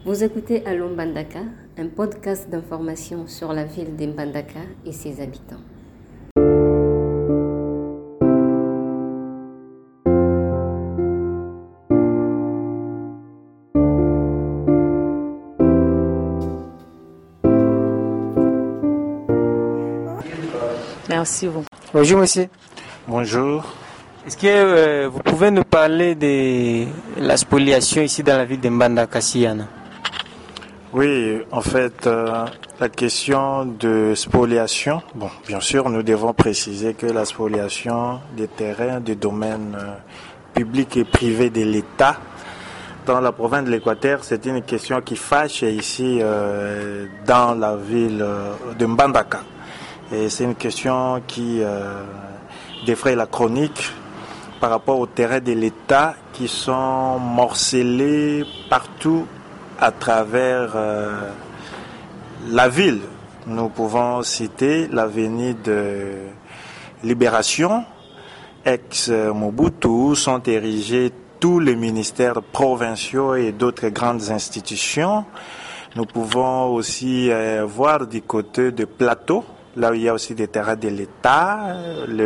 Vous écoutez Allô Mbandaka, un podcast d'information sur la ville de Mbandaka et ses habitants. Merci beaucoup. Bonjour monsieur. Bonjour. Est-ce que vous pouvez nous parler de la spoliation ici dans la ville de Mbandaka Siana? Oui, en fait, la question de spoliation, bon, bien sûr, nous devons préciser que la spoliation des terrains du domaine public et privé de l'État dans la province de l'Équateur, c'est une question qui fâche ici dans la ville de Mbandaka. Et c'est une question qui défraie la chronique par rapport aux terrains de l'État qui sont morcelés partout à travers la ville. Nous pouvons citer l'avenue de Libération, ex-Mobutu, où sont érigés tous les ministères provinciaux et d'autres grandes institutions. Nous pouvons aussi voir du côté de Plateau, là où il y a aussi des terrains de l'État,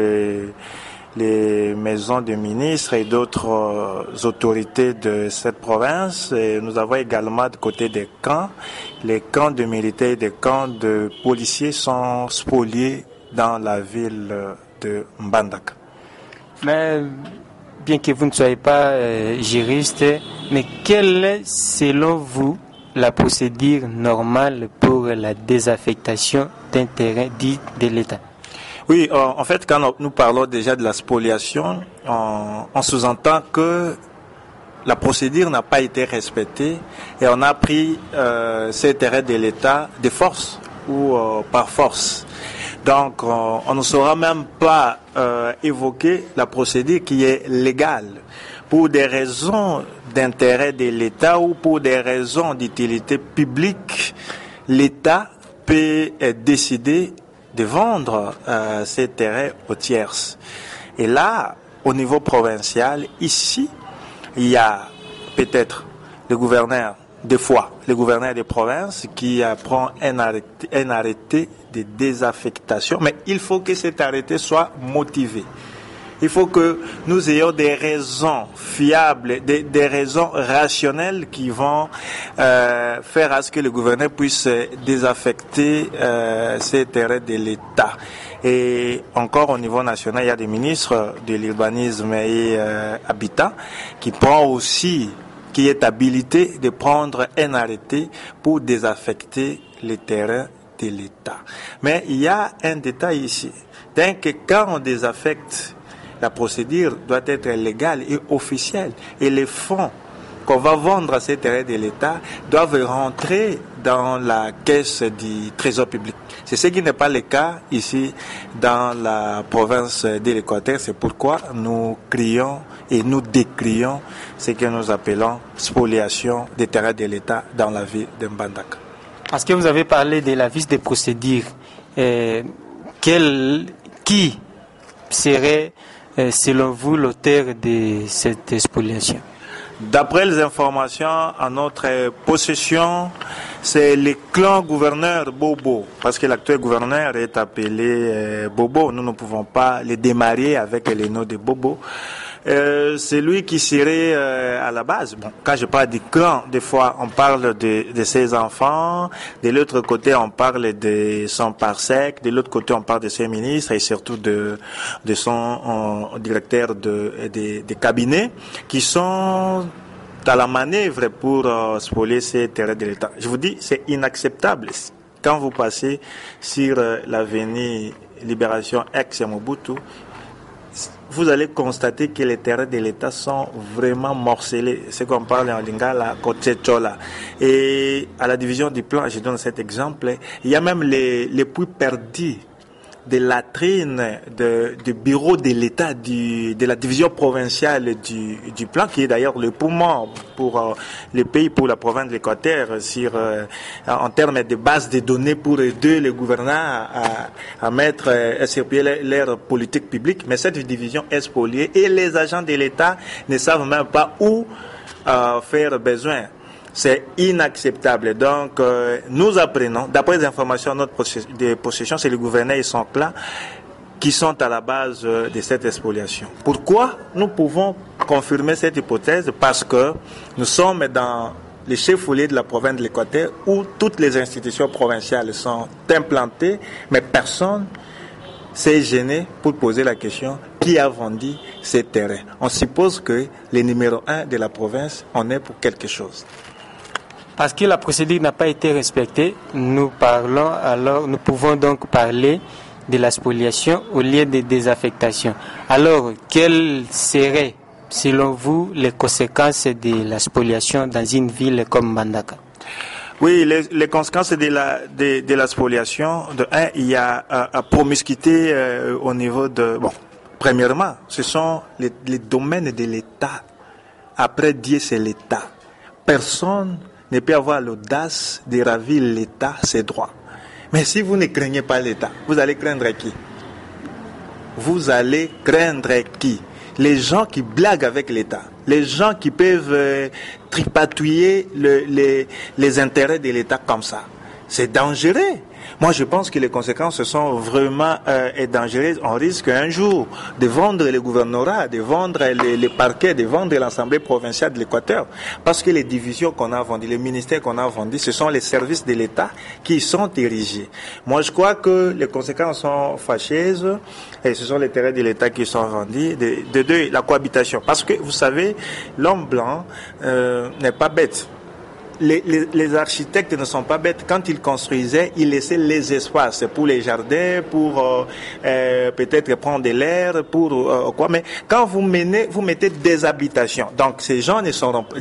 les maisons de ministres et d'autres autorités de cette province. Et nous avons également du côté des camps. Les camps de militaires et des camps de policiers sont spoliés dans la ville de Mbandaka. Mais bien que vous ne soyez pas juriste, mais quelle est selon vous la procédure normale pour la désaffectation d'un terrain dit de l'État? Oui, en fait, quand nous parlons déjà de la spoliation, on sous-entend que la procédure n'a pas été respectée et on a pris ces terrains de l'État de force ou par force. Donc, on ne saura même pas évoquer la procédure qui est légale. Pour des raisons d'intérêt de l'État ou pour des raisons d'utilité publique, l'État peut décider de vendre ces terrains aux tierces. Et là, au niveau provincial, ici, il y a peut-être le gouverneur, des fois, le gouverneur des provinces qui prend un arrêté de désaffectation, mais il faut que cet arrêté soit motivé. Il faut que nous ayons des raisons fiables, des raisons rationnelles qui vont faire à ce que le gouverneur puisse désaffecter ces terrains de l'État. Et encore au niveau national, il y a des ministres de l'urbanisme et habitat qui est habilité de prendre un arrêté pour désaffecter les terrains de l'État. Mais il y a un détail ici. Donc, quand on désaffecte, la procédure doit être légale et officielle. Et les fonds qu'on va vendre à ces terrains de l'État doivent rentrer dans la caisse du Trésor public. C'est ce qui n'est pas le cas ici dans la province de l'Équateur. C'est pourquoi nous crions et nous décrions ce que nous appelons spoliation des terrains de l'État dans la ville de Mbandaka. Parce que vous avez parlé de la vice de procédure. Qui serait selon vous l'auteur de cette spoliation? D'après les informations en notre possession, c'est le clan gouverneur Bobo, parce que l'actuel gouverneur est appelé Bobo. Nous ne pouvons pas le démarrer avec le nom de Bobo. C'est lui qui serait à la base. Bon, quand je parle du clan, des fois on parle de ses enfants, de l'autre côté on parle de son parsec, de l'autre côté on parle de ses ministres et surtout de son directeur de cabinet qui sont à la manœuvre pour spolier ces terrains de l'État. Je vous dis, c'est inacceptable. Quand vous passez sur l'avenue Libération ex-Mobutu, vous allez constater que les terrains de l'État sont vraiment morcelés. C'est qu'on parle en lingala, Kochechola. Et à la division du plan, je donne cet exemple, il y a même les puits perdus de latrines du bureau de l'État, de la division provinciale du plan, qui est d'ailleurs le poumon pour le pays, pour la province de l'Équateur, en termes de base de données pour aider les gouvernants à mettre sur pied leur politique publique. Mais cette division est spoliée et les agents de l'État ne savent même pas où faire besoin. C'est inacceptable. Donc, nous apprenons, d'après les informations de possession, c'est le gouverneur et son clan qui sont à la base de cette spoliation. Pourquoi nous pouvons confirmer cette hypothèse? Parce que nous sommes dans les chefs-lieux de la province de l'Équateur où toutes les institutions provinciales sont implantées, mais personne s'est gêné pour poser la question qui a vendu ces terrains. On suppose que le numéro 1 de la province en est pour quelque chose. Parce que la procédure n'a pas été respectée, nous pouvons donc parler de la spoliation au lieu de désaffectation. Alors, quelles seraient, selon vous, les conséquences de la spoliation dans une ville comme Mbandaka? Oui, les conséquences de la spoliation, il y a promiscuité au niveau de... Bon, premièrement, ce sont les domaines de l'État. Après Dieu, c'est l'État. Personne ne peut avoir l'audace de ravir l'État ses droits. Mais si vous ne craignez pas l'État, vous allez craindre qui? Vous allez craindre qui? Les gens qui blaguent avec l'État, les gens qui peuvent tripatouiller les intérêts de l'État comme ça. C'est dangereux. Moi, je pense que les conséquences sont vraiment dangereuses. On risque un jour de vendre le gouvernorat, de vendre les parquets, de vendre l'Assemblée provinciale de l'Équateur. Parce que les divisions qu'on a vendues, les ministères qu'on a vendus, ce sont les services de l'État qui sont érigés. Moi, je crois que les conséquences sont fâcheuses et ce sont les terrains de l'État qui sont vendus. De deux, la cohabitation. Parce que, vous savez, l'homme blanc n'est pas bête. Les architectes ne sont pas bêtes. Quand ils construisaient, ils laissaient les espaces pour les jardins, pour peut-être prendre de l'air, pour quoi. Mais quand vous mettez des habitations. Donc ces gens ne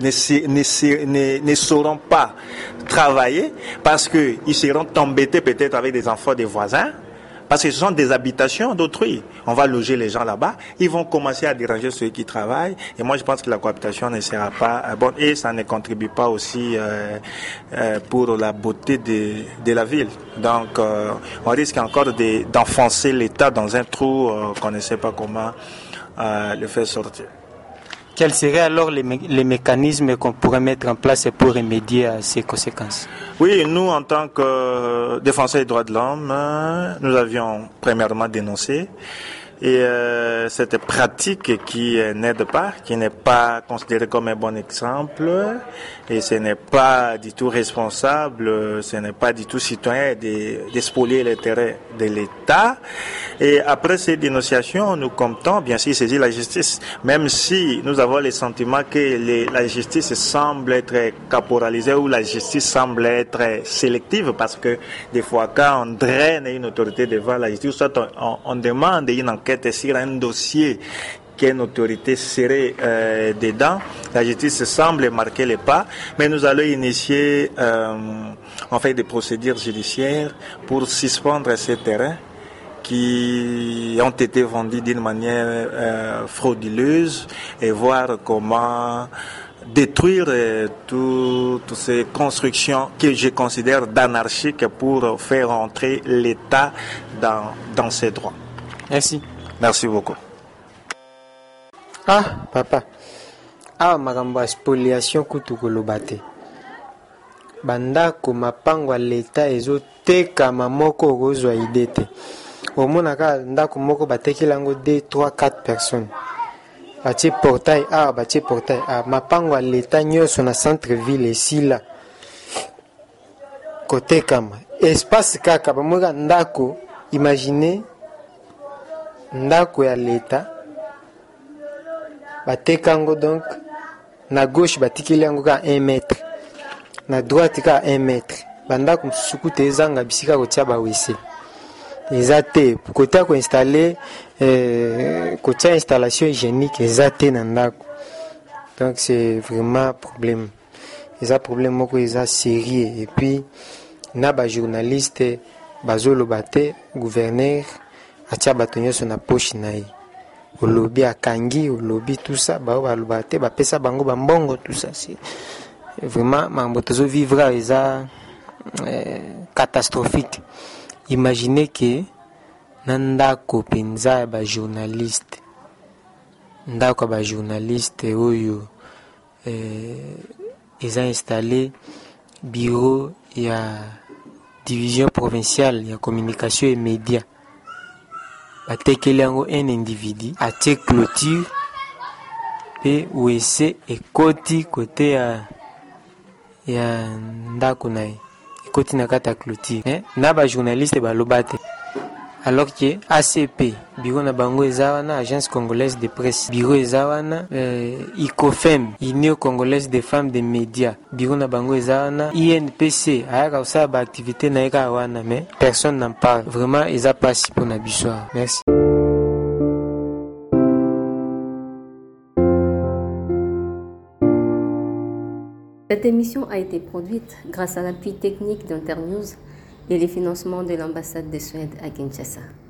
sauront pas travailler parce que ils seront embêtés peut-être avec des enfants des voisins. Parce que ce sont des habitations d'autrui. On va loger les gens là-bas. Ils vont commencer à déranger ceux qui travaillent. Et moi, je pense que la cohabitation ne sera pas bonne. Et ça ne contribue pas aussi pour la beauté de la ville. Donc, on risque encore d'enfoncer l'État dans un trou qu'on ne sait pas comment le faire sortir. Quels seraient alors les mécanismes qu'on pourrait mettre en place pour remédier à ces conséquences? Oui, nous, en tant que défenseurs des droits de l'homme, nous avions premièrement dénoncé et cette pratique qui n'aide pas, qui n'est pas considérée comme un bon exemple et ce n'est pas du tout responsable, ce n'est pas du tout citoyen de spolier les terrains de l'État. Et après ces dénonciations, nous comptons bien sûr saisir la justice, même si nous avons le sentiment que la justice semble être caporalisée ou la justice semble être sélective, parce que des fois quand on draine une autorité devant la justice, soit on demande une enquête sur un dossier qu'une autorité serait dedans, la justice semble marquer les pas, mais nous allons initier en fait des procédures judiciaires pour suspendre ces terrains qui ont été vendus d'une manière frauduleuse et voir comment détruire toutes ces constructions que je considère d'anarchiques pour faire entrer l'État dans ses droits. Merci. Merci beaucoup. Ah, papa. Ah, makambo ya spoliation kutu koloba te. Bandako mapango ya leta ezotekama moko okozwa ide te. Omonaka ndako moko batekela yango 2, 3, 4 personnes. Batie portail ah mapango ya leta nyonso na centre ville esila kotekama. Espace kaka bamoka ndako, imaginez ndako ya leta batekango, donc na gauche batikeli yango ka 1 mètre, na droite ka 1 mètre. Bandako mosusu te ezanga bisika kotia bawese eza te, kotia koinstalle kotia installation hygiénique eza te na ndako. Donc c'est vraiment problème, eza problème moko eza sérieux. Et puis na ba journaliste bazoloba te, gouverneur atia bato nyonso na poche na ye, olobi akangi, olobi tout ça, baloba te bapesa bango bambongo, tout ça. C'est vraiment mambo tozo vivre eza catastrophique. Imaginez que ndako penza ba journaliste, ndako ba journaliste oyo ils ont installé bureau et division provinciale ya communication et médias. Batekeli yango un individu atie clôture pe wese ekoti côté ya ndako na ye ekoti na kati ya clôture na ba journaliste baloba te. Alors que ACP, bureau na bango eza wana, Agence Congolaise de Presse, bureau eza wana, ICOFEM, Union Congolaise des Femmes des Médias, bureau na bango eza wana, INPC, ayaka osala ba activité na eka wana, mais personne n'en parle. Vraiment, eza pasi pour na bisoir. Merci. Cette émission a été produite grâce à l'appui technique d'Internews et les financements de l'ambassade de Suède à Kinshasa.